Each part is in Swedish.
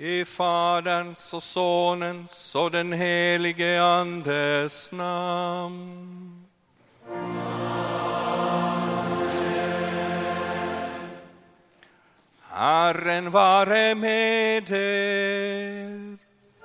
I Faderns och Sonens och den helige Andes namn. Herren vare med er.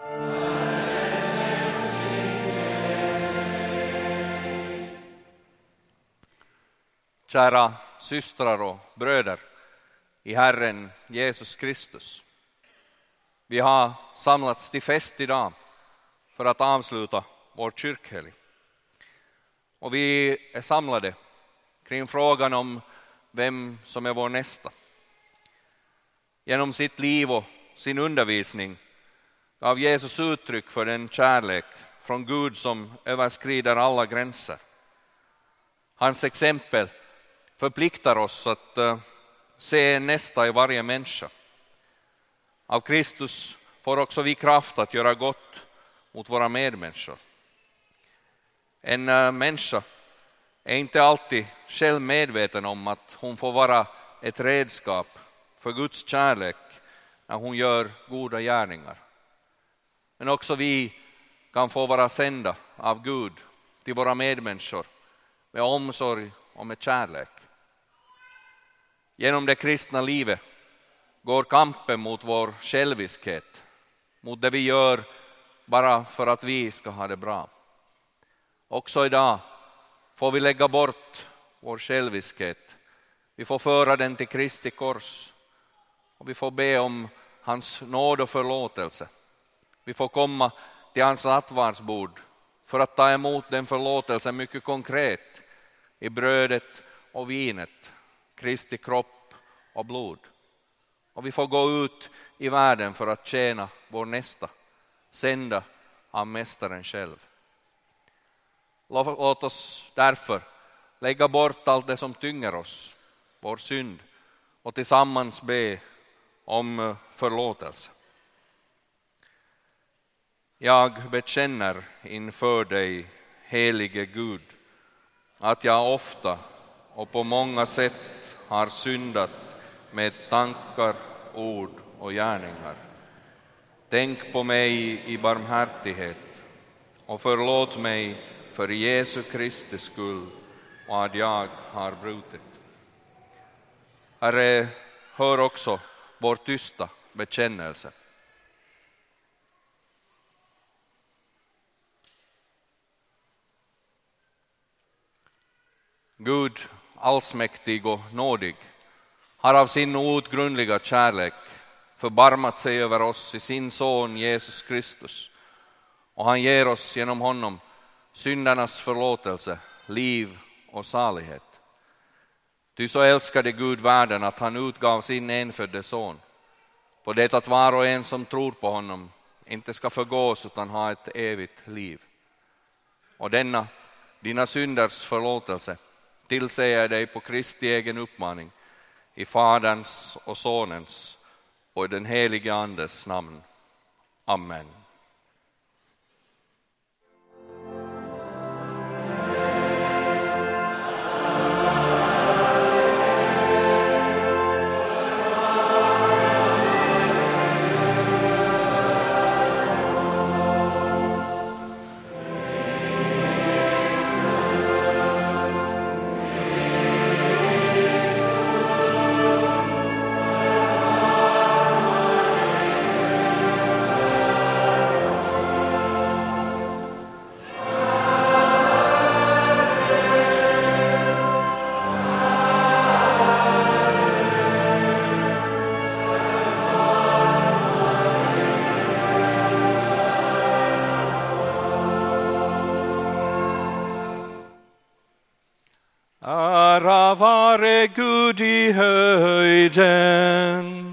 Kära systrar och bröder i Herren Jesus Kristus. Vi har samlats till fest idag för att avsluta vår kyrkhelg. Och vi är samlade kring frågan om vem som är vår nästa. Genom sitt liv och sin undervisning gav Jesus uttryck för den kärlek från Gud som överskrider alla gränser. Hans exempel förpliktar oss att se nästa i varje människa. Av Kristus får också vi kraft att göra gott mot våra medmänniskor. En människa är inte alltid själv medveten om att hon får vara ett redskap för Guds kärlek när hon gör goda gärningar. Men också vi kan få vara sända av Gud till våra medmänniskor med omsorg och med kärlek. Genom det kristna livet går kampen mot vår själviskhet, mot det vi gör bara för att vi ska ha det bra. Också idag får vi lägga bort vår själviskhet. Vi får föra den till Kristi kors och vi får be om hans nåd och förlåtelse. Vi får komma till hans nattvardsbord för att ta emot den förlåtelse mycket konkret i brödet och vinet, Kristi kropp och blod. Och vi får gå ut i världen för att tjäna vår nästa, sända av Mästaren själv. Låt oss därför lägga bort allt det som tynger oss, vår synd, och tillsammans be om förlåtelse. Jag bekänner inför dig, helige Gud, att jag ofta och på många sätt har syndat med tankar, ord och gärningar. Tänk på mig i barmhärtighet och förlåt mig för Jesu Kristi skull och att jag har brutit. Herre, hör också vår tysta bekännelse. Gud, allsmäktig och nådig, har av sin outgrundliga kärlek förbarmat sig över oss i sin son Jesus Kristus, och han ger oss genom honom syndernas förlåtelse, liv och salighet. Ty så älskade Gud världen att han utgav sin enfödde son, på det att var och en som tror på honom inte ska förgås utan ha ett evigt liv. Och denna, dina synders förlåtelse, tillsäger jag dig på Kristi egen uppmaning, i Faderns och Sonens och i den helige Andes namn. Amen. Ära vare Gud i höjden.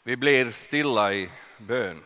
Vi blir stilla i bön.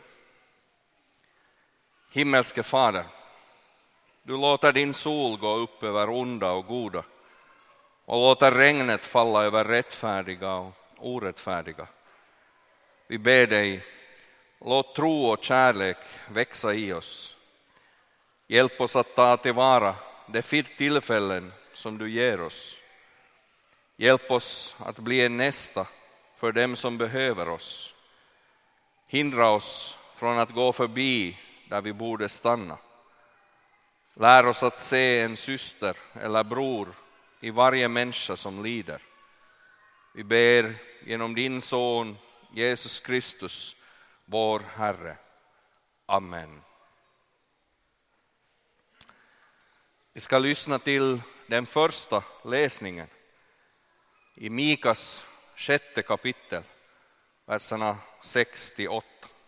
Himmelske Fader, du låter din sol gå upp över onda och goda och låter regnet falla över rättfärdiga och orättfärdiga. Vi ber dig, låt tro och kärlek växa i oss. Hjälp oss att ta tillvara de tillfällen som du ger oss. Hjälp oss att bli en nästa för dem som behöver oss. Hindra oss från att gå förbi där vi borde stanna. Lär oss att se en syster eller bror i varje människa som lider. Vi ber genom din son Jesus Kristus, vår Herre. Amen. Vi ska lyssna till den första läsningen i Mikas 6:e kapitel, verserna 6-8.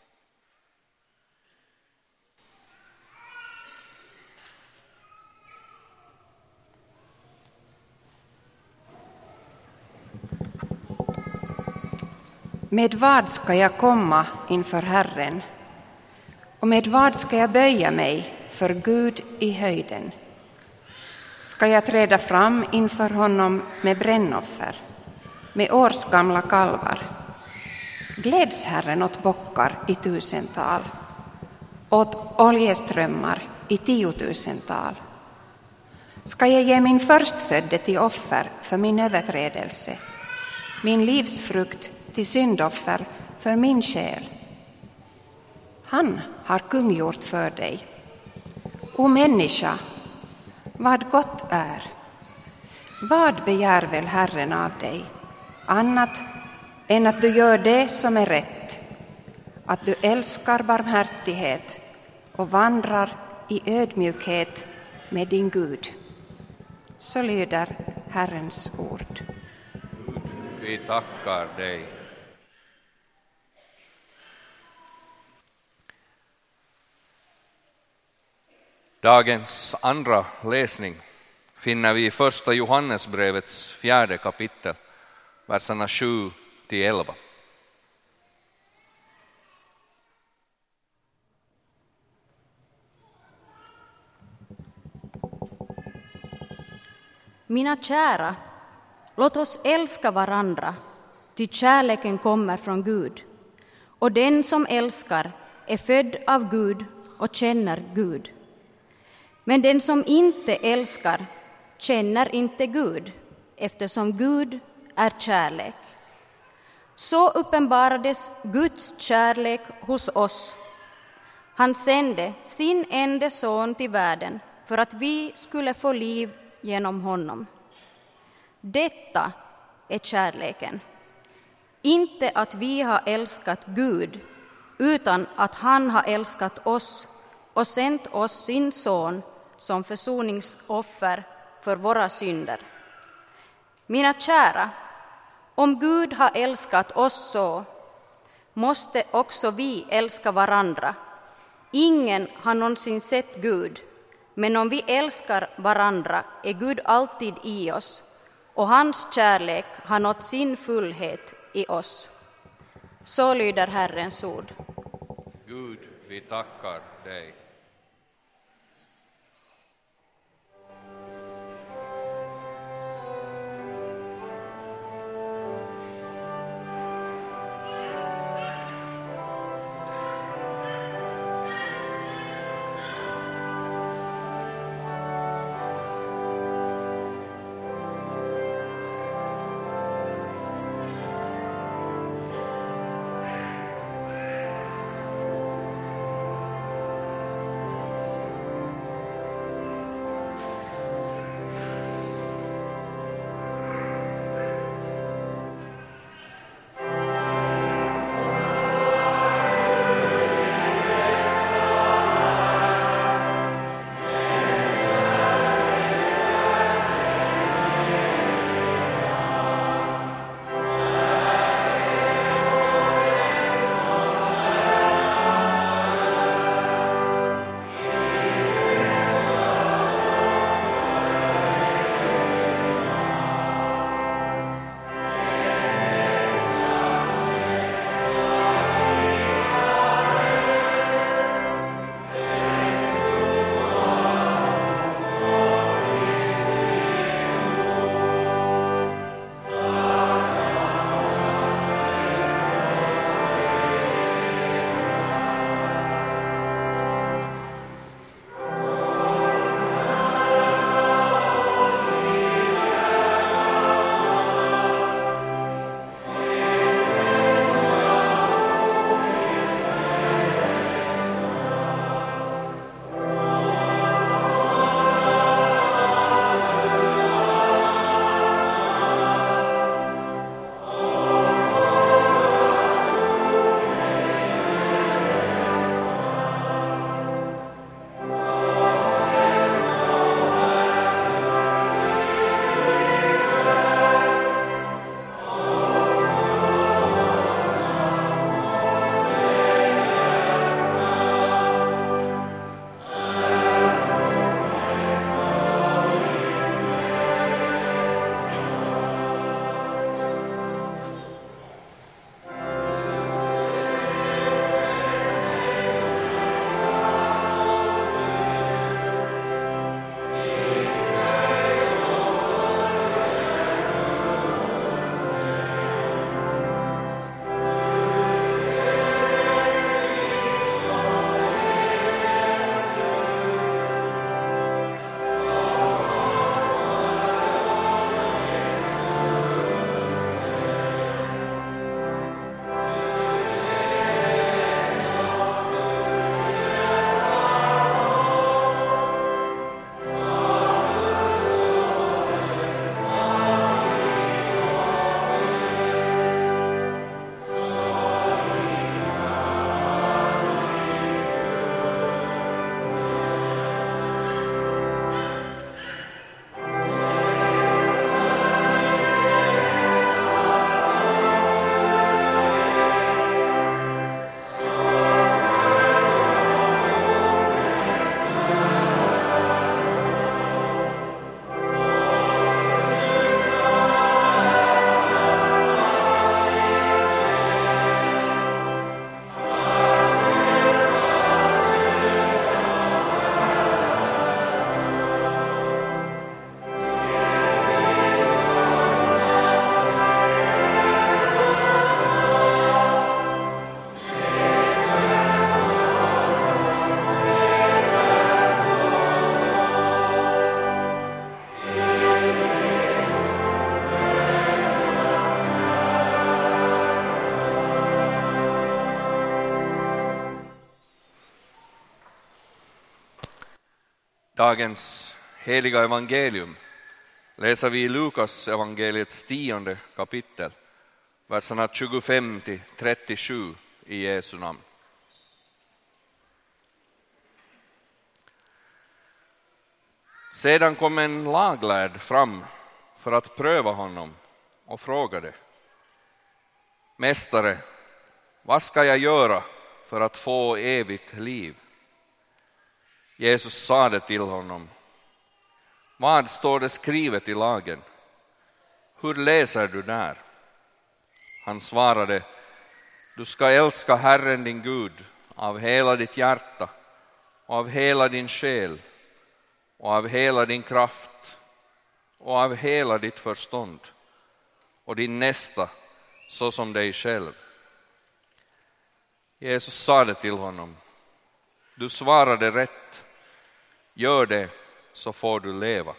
Med vad ska jag komma inför Herren? Och med vad ska jag böja mig för Gud i höjden? Ska jag träda fram inför honom med brännoffer, med årsgamla kalvar? Gläds Herren åt bockar i tusental, åt oljeströmmar i 10 000-tal? Ska jag ge min förstfödde till offer för min överträdelse, min livsfrukt till syndoffer för min själ? Han har kungjort för dig. O människa, vad gott är. Vad begär väl Herren av dig, annat än att du gör det som är rätt, att du älskar barmhärtighet och vandrar i ödmjukhet med din Gud. Så lyder Herrens ord. Gud, vi tackar dig. Dagens andra läsning finner vi i första Johannesbrevets 4:e kapitel, verserna 7-11. Mina kära, låt oss älska varandra, ty kärleken kommer från Gud. Och den som älskar är född av Gud och känner Gud. Men den som inte älskar känner inte Gud, eftersom Gud är kärlek. Så uppenbarades Guds kärlek hos oss. Han sände sin enda son till världen för att vi skulle få liv genom honom. Detta är kärleken. Inte att vi har älskat Gud, utan att han har älskat oss och sänt oss sin son som försoningsoffer för våra synder. Mina kära, om Gud har älskat oss så, måste också vi älska varandra. Ingen har någonsin sett Gud, men om vi älskar varandra är Gud alltid i oss, och hans kärlek har nått sin fullhet i oss. Så lyder Herrens ord. Gud, vi tackar dig. Dagens heliga evangelium läser vi i Lukas evangeliets 10:e kapitel, verserna 25-37 i Jesu namn. Sedan kom en laglärd fram för att pröva honom och frågade: Mästare, vad ska jag göra för att få evigt liv? Jesus sade till honom: Vad står det skrivet i lagen? Hur läser du där? Han svarade: Du ska älska Herren din Gud av hela ditt hjärta och av hela din själ och av hela din kraft och av hela ditt förstånd och din nästa så som dig själv. Jesus sade till honom: Du svarade rätt. Gör det så får du leva.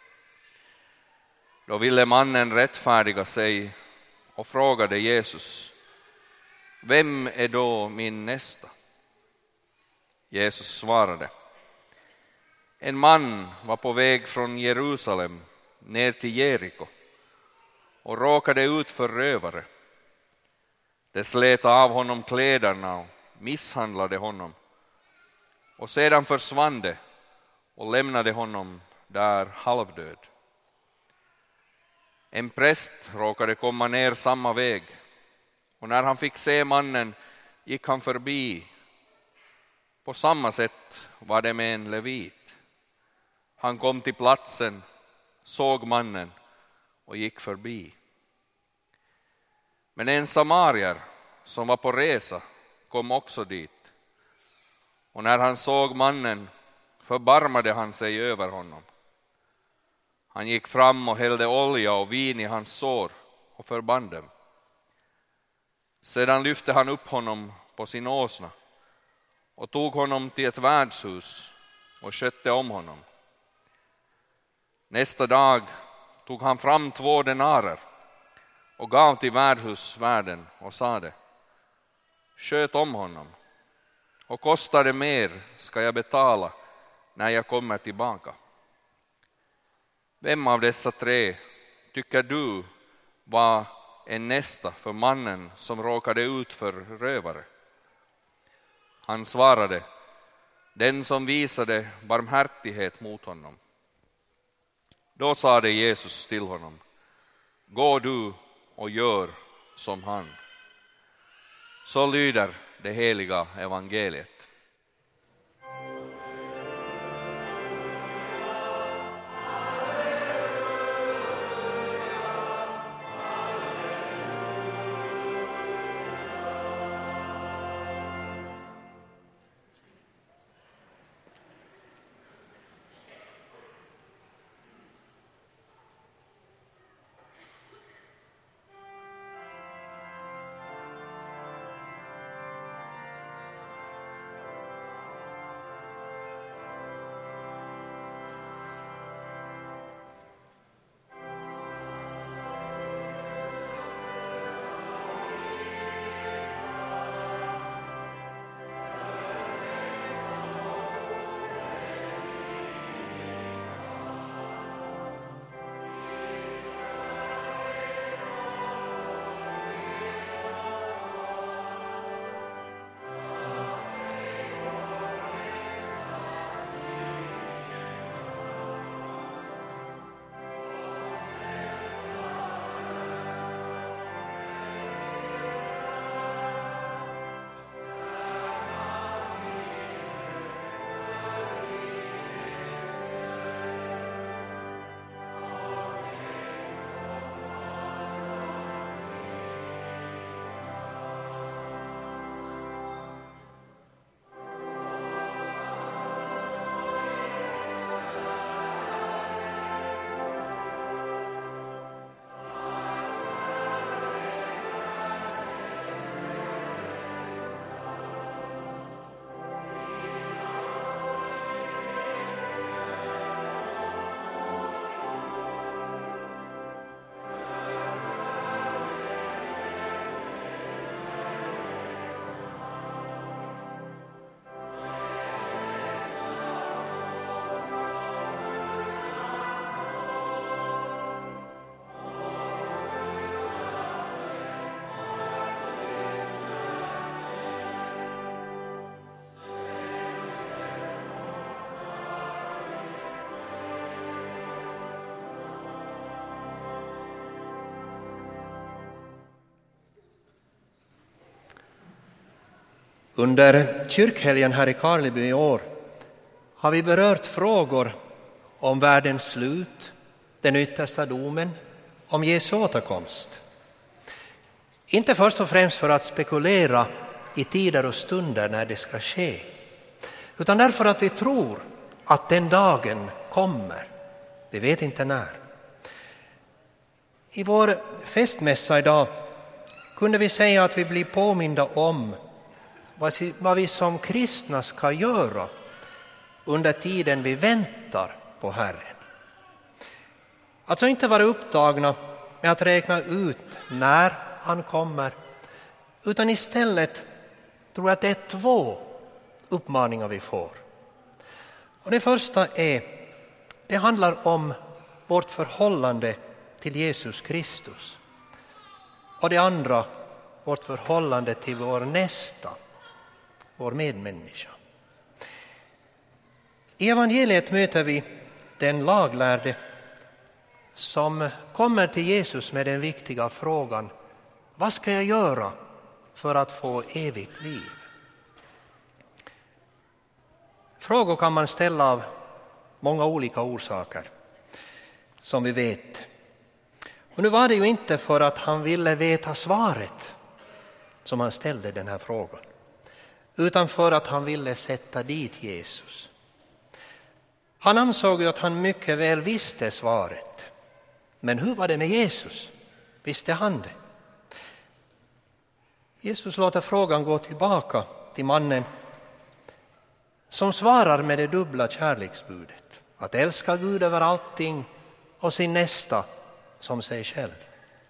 Då ville mannen rättfärdiga sig och frågade Jesus: Vem är då min nästa? Jesus svarade: En man var på väg från Jerusalem ner till Jeriko och råkade ut för rövare. De slet av honom kläderna och misshandlade honom, och sedan försvann de och lämnade honom där halvdöd. En präst råkade komma ner samma väg, och när han fick se mannen gick han förbi. På samma sätt var det med en levit. Han kom till platsen, såg mannen och gick förbi. Men en samarier som var på resa kom också dit, och när han såg mannen förbarmade han sig över honom. Han gick fram och hällde olja och vin i hans sår och förband dem. Sedan lyfte han upp honom på sin åsna och tog honom till ett värdshus och skötte om honom. Nästa dag tog han fram 2 denarer och gav till värdhusvärden och sade: Sköt om honom, och kostar det mer ska jag betala när jag kommer tillbaka. Vem av dessa 3 tycker du var en nästa för mannen som råkade ut för rövare? Han svarade: Den som visade barmhärtighet mot honom. Då sade Jesus till honom: Gå du och gör som han. Så lyder det heliga evangeliet. Under kyrkhelgen här i Karleby i år har vi berört frågor om världens slut, den yttersta domen, om Jesu återkomst. Inte först och främst för att spekulera i tider och stunder när det ska ske, utan därför att vi tror att den dagen kommer. Vi vet inte när. I vår festmässa idag kunde vi säga att vi blir påminda om vad vi som kristna ska göra under tiden vi väntar på Herren. Alltså inte vara upptagna med att räkna ut när han kommer, utan istället tror jag att det är 2 uppmaningar vi får. Och det första det handlar om vårt förhållande till Jesus Kristus. Och det andra, vårt förhållande till vår nästa, vår medmänniska. I evangeliet möter vi den laglärde som kommer till Jesus med den viktiga frågan: vad ska jag göra för att få evigt liv? Frågor kan man ställa av många olika orsaker, som vi vet. Och nu var det ju inte för att han ville veta svaret som han ställde den här frågan, utan för att han ville sätta dit Jesus. Han ansåg ju att han mycket väl visste svaret. Men hur var det med Jesus? Visste han det? Jesus låter frågan gå tillbaka till mannen som svarar med det dubbla kärleksbudet: att älska Gud över allting och sin nästa som sig själv.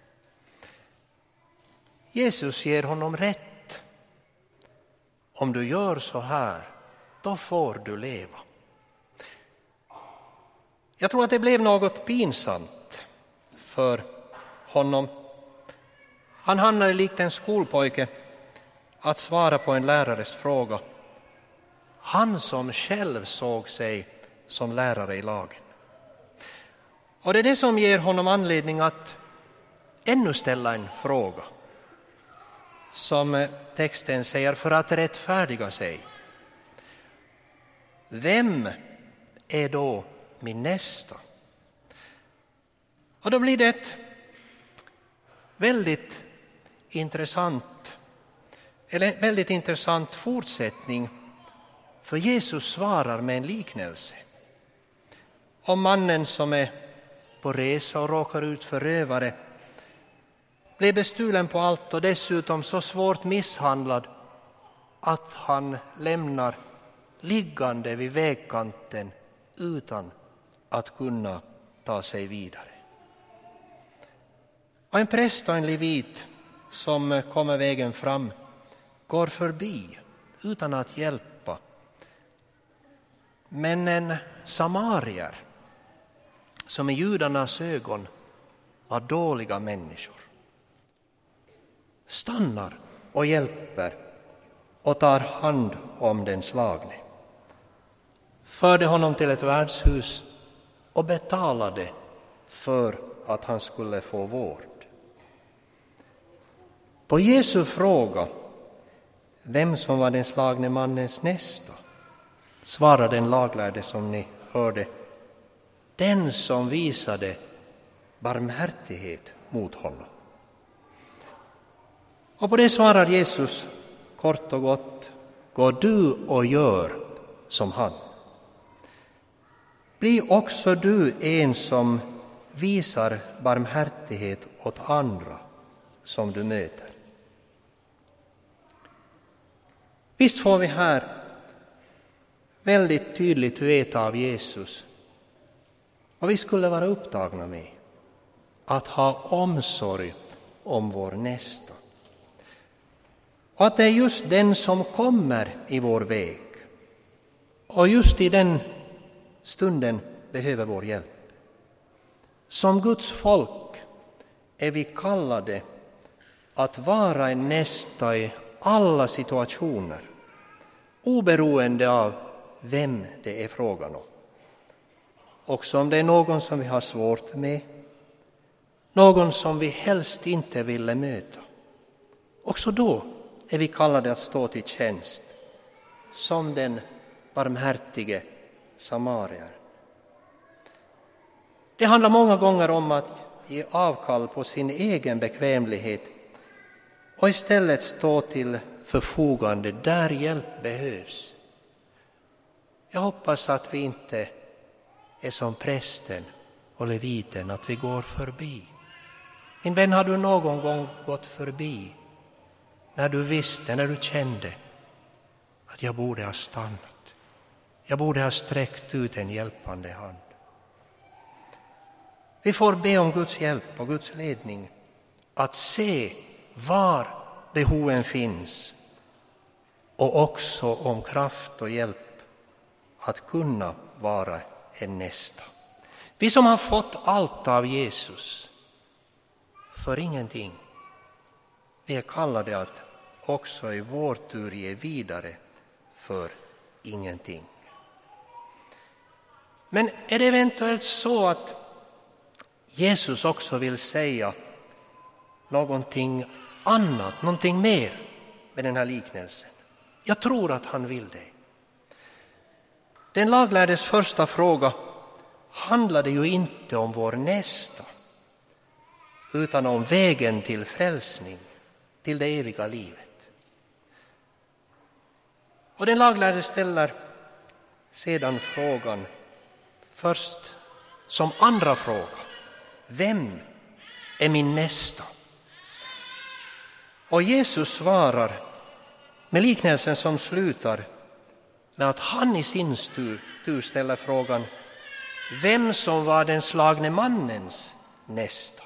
Jesus ger honom rätt. Om du gör så här, då får du leva. Jag tror att det blev något pinsamt för honom. Han hamnade likt en skolpojke att svara på en lärares fråga. Han som själv såg sig som lärare i lagen. Och det är det som ger honom anledning att ännu ställa en fråga. Som texten säger, för att rättfärdiga sig. Vem är då min nästa? Och då blir det ett väldigt intressant fortsättning, för Jesus svarar med en liknelse om mannen som är på resa och råkar ut för rövare, blev bestulen på allt och dessutom så svårt misshandlad att han lämnar liggande vid vägkanten utan att kunna ta sig vidare. Och en präst och en levit som kommer vägen fram går förbi utan att hjälpa. Men en samarier, som i judarnas ögon var dåliga människor, stannar och hjälper och tar hand om den slagne. Förde honom till ett värdshus och betalade för att han skulle få vård. På Jesu fråga vem som var den slagne mannens nästa svarade den laglärde, som ni hörde, den som visade barmhärtighet mot honom. Och på det svarar Jesus kort och gott: gå du och gör som han. Bli också du en som visar barmhärtighet åt andra som du möter. Visst får vi här väldigt tydligt veta av Jesus vad vi skulle vara upptagna med: att ha omsorg om vår nästa. Och att det är just den som kommer i vår väg och just i den stunden behöver vår hjälp. Som Guds folk är vi kallade att vara en nästa i alla situationer, oberoende av vem det är frågan om. Också om det är någon som vi har svårt med, någon som vi helst inte ville möta. Också då är vi kallade att stå till tjänst som den barmhärtige samarien. Det handlar många gånger om att ge avkall på sin egen bekvämlighet och istället stå till förfogande där hjälp behövs. Jag hoppas att vi inte är som prästen och leviten, att vi går förbi. Min vän, har du någon gång gått förbi när du kände att jag borde ha stannat? Jag borde ha sträckt ut en hjälpande hand. Vi får be om Guds hjälp och Guds ledning att se var behoven finns och också om kraft och hjälp att kunna vara en nästa. Vi som har fått allt av Jesus för ingenting, vi är kallade att också i vår tur ge vidare för ingenting. Men är det eventuellt så att Jesus också vill säga någonting annat, någonting mer med den här liknelsen? Jag tror att han vill det. Den laglärdes första fråga handlade ju inte om vår nästa, utan om vägen till frälsning, till det eviga livet. Och den laglärde ställer sedan frågan först som andra fråga: vem är min nästa? Och Jesus svarar med liknelsen som slutar med att han i sin tur ställer frågan vem som var den slagne mannens nästa.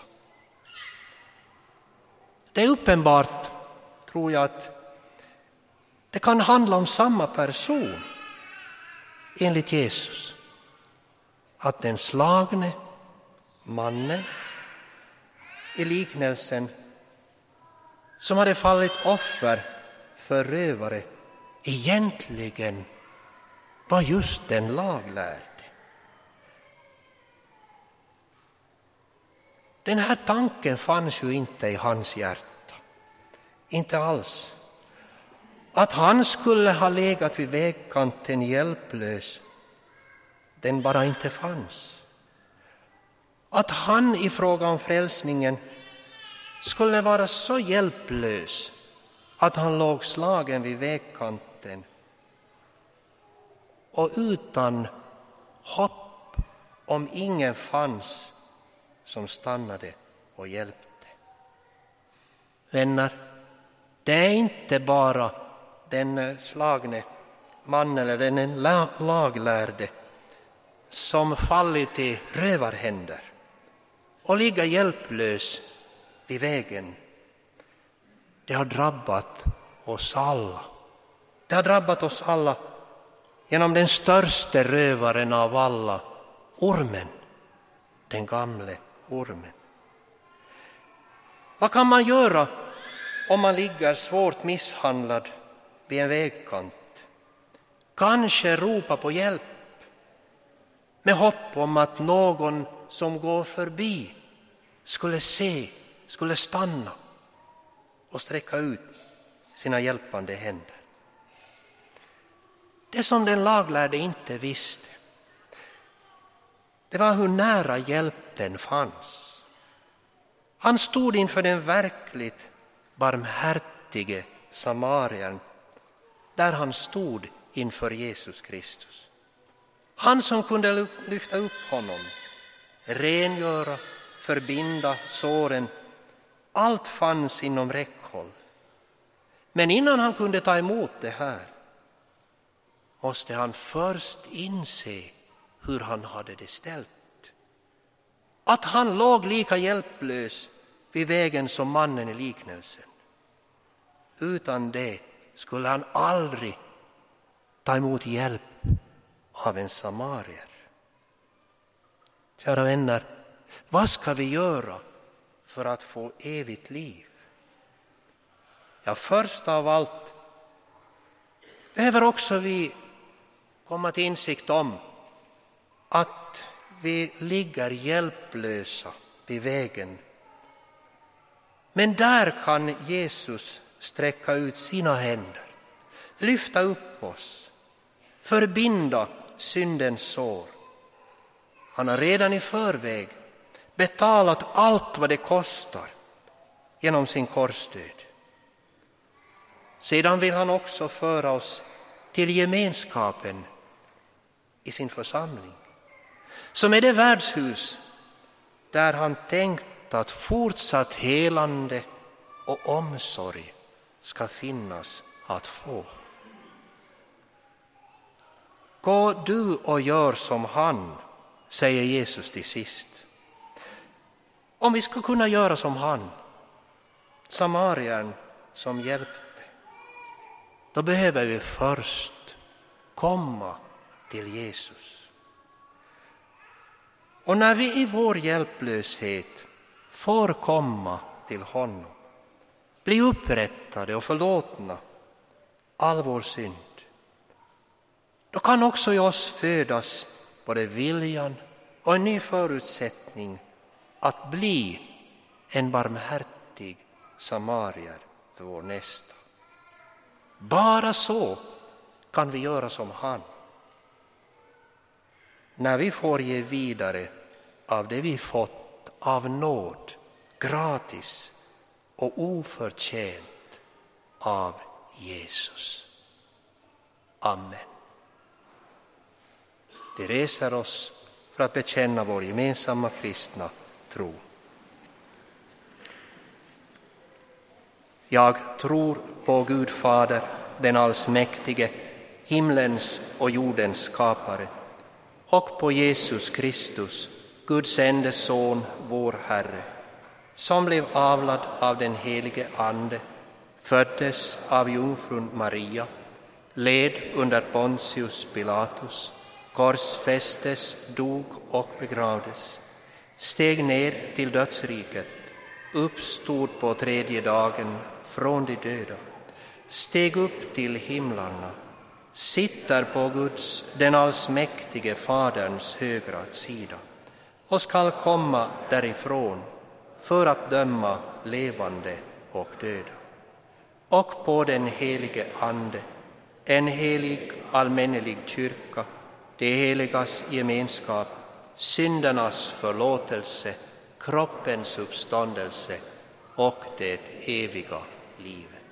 Det är uppenbart, tror jag, att det kan handla om samma person enligt Jesus. Att den slagne mannen i liknelsen som hade fallit offer för rövare egentligen var just den laglärde. Den här tanken fanns ju inte i hans hjärta. Inte alls. Att han skulle ha legat vid vägkanten hjälplös, den bara inte fanns. Att han i fråga om frälsningen skulle vara så hjälplös att han låg slagen vid vägkanten och utan hopp, om ingen fanns som stannade och hjälpte. Vänner, det är inte bara den slagne man eller den laglärde som fallit i rövarhänder och ligger hjälplös vid vägen. Det har drabbat oss alla. Det har drabbat oss alla genom den största rövaren av alla, ormen, den gamle ormen. Vad kan man göra om man ligger svårt misshandlad vid en vägkant? Kanske ropa på hjälp med hopp om att någon som går förbi skulle se, skulle stanna och sträcka ut sina hjälpande händer. Det som den laglärde inte visste, det var hur nära hjälpen fanns. Han stod inför den verkligt barmhärtige samarien, där han stod inför Jesus Kristus. Han som kunde lyfta upp honom, rengöra, förbinda såren. Allt fanns inom räckhåll. Men innan han kunde ta emot det här måste han först inse hur han hade det ställt. Att han låg lika hjälplös vid vägen som mannen i liknelsen. Utan det skulle han aldrig ta emot hjälp av en samarier. Kära vänner, vad ska vi göra för att få evigt liv? Ja, först av allt behöver också vi komma till insikt om att vi ligger hjälplösa vid vägen. Men där kan Jesus sträcka ut sina händer, lyfta upp oss, förbinda syndens sår. Han har redan i förväg betalat allt vad det kostar genom sin korsdöd. Sedan vill han också föra oss till gemenskapen i sin församling, som är det värdshus där han tänkt att fortsatt helande och omsorg ska finnas att få. Gå du och gör som han, säger Jesus till sist. Om vi ska kunna göra som han, samarien som hjälpte, då behöver vi först komma till Jesus. Och när vi i vår hjälplöshet får komma till honom, bli upprättade och förlåtna all vår synd, då kan också i oss födas både viljan och en ny förutsättning att bli en barmhärtig samarier för vår nästa. Bara så kan vi göra som han. När vi får ge vidare av det vi fått av nåd, gratis och oförtjänt av Jesus. Amen. Vi reser oss för att bekänna vår gemensamma kristna tro. Jag tror på Gud Fader, den allsmäktige, himlens och jordens skapare, och på Jesus Kristus, Guds enda son, vår Herre, som blev avlad av den helige Ande, föddes av jungfrun Maria, led under Pontius Pilatus, korsfästes, dog och begravdes, steg ner till dödsriket, uppstod på tredje dagen från de döda, steg upp till himlarna, sitter på Guds, den allsmäktige Faderns högra sida och skall komma därifrån för att döma levande och döda. Och på den helige Ande, en helig allmännelig kyrka, det heligas gemenskap, syndernas förlåtelse, kroppens uppståndelse och det eviga livet.